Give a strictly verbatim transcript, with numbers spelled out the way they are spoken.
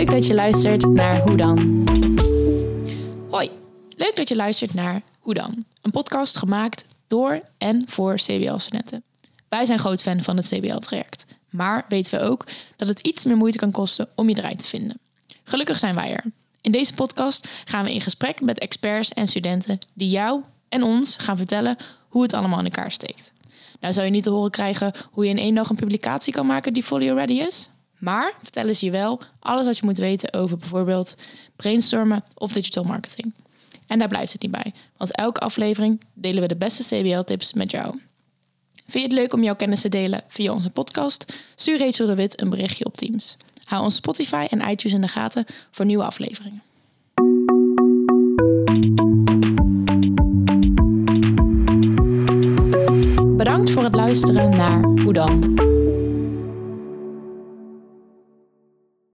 Leuk dat je luistert naar Hoe Dan? Hoi, leuk dat je luistert naar Hoe Dan? Een podcast gemaakt door en voor C B L-studenten. Wij zijn groot fan van het C B L-traject. Maar weten we ook dat het iets meer moeite kan kosten om je eruit te vinden. Gelukkig zijn wij er. In deze podcast gaan we in gesprek met experts en studenten die jou en ons gaan vertellen hoe het allemaal in elkaar steekt. Nou zou je niet te horen krijgen hoe je in één dag een publicatie kan maken die folio ready is. Maar vertellen ze je wel alles wat je moet weten over bijvoorbeeld brainstormen of digital marketing. En daar blijft het niet bij, want elke aflevering delen we de beste C B L-tips met jou. Vind je het leuk om jouw kennis te delen via onze podcast? Stuur Rachel de Wit een berichtje op Teams. Hou ons Spotify en iTunes in de gaten voor nieuwe afleveringen. Bedankt voor het luisteren naar Hoe Dan?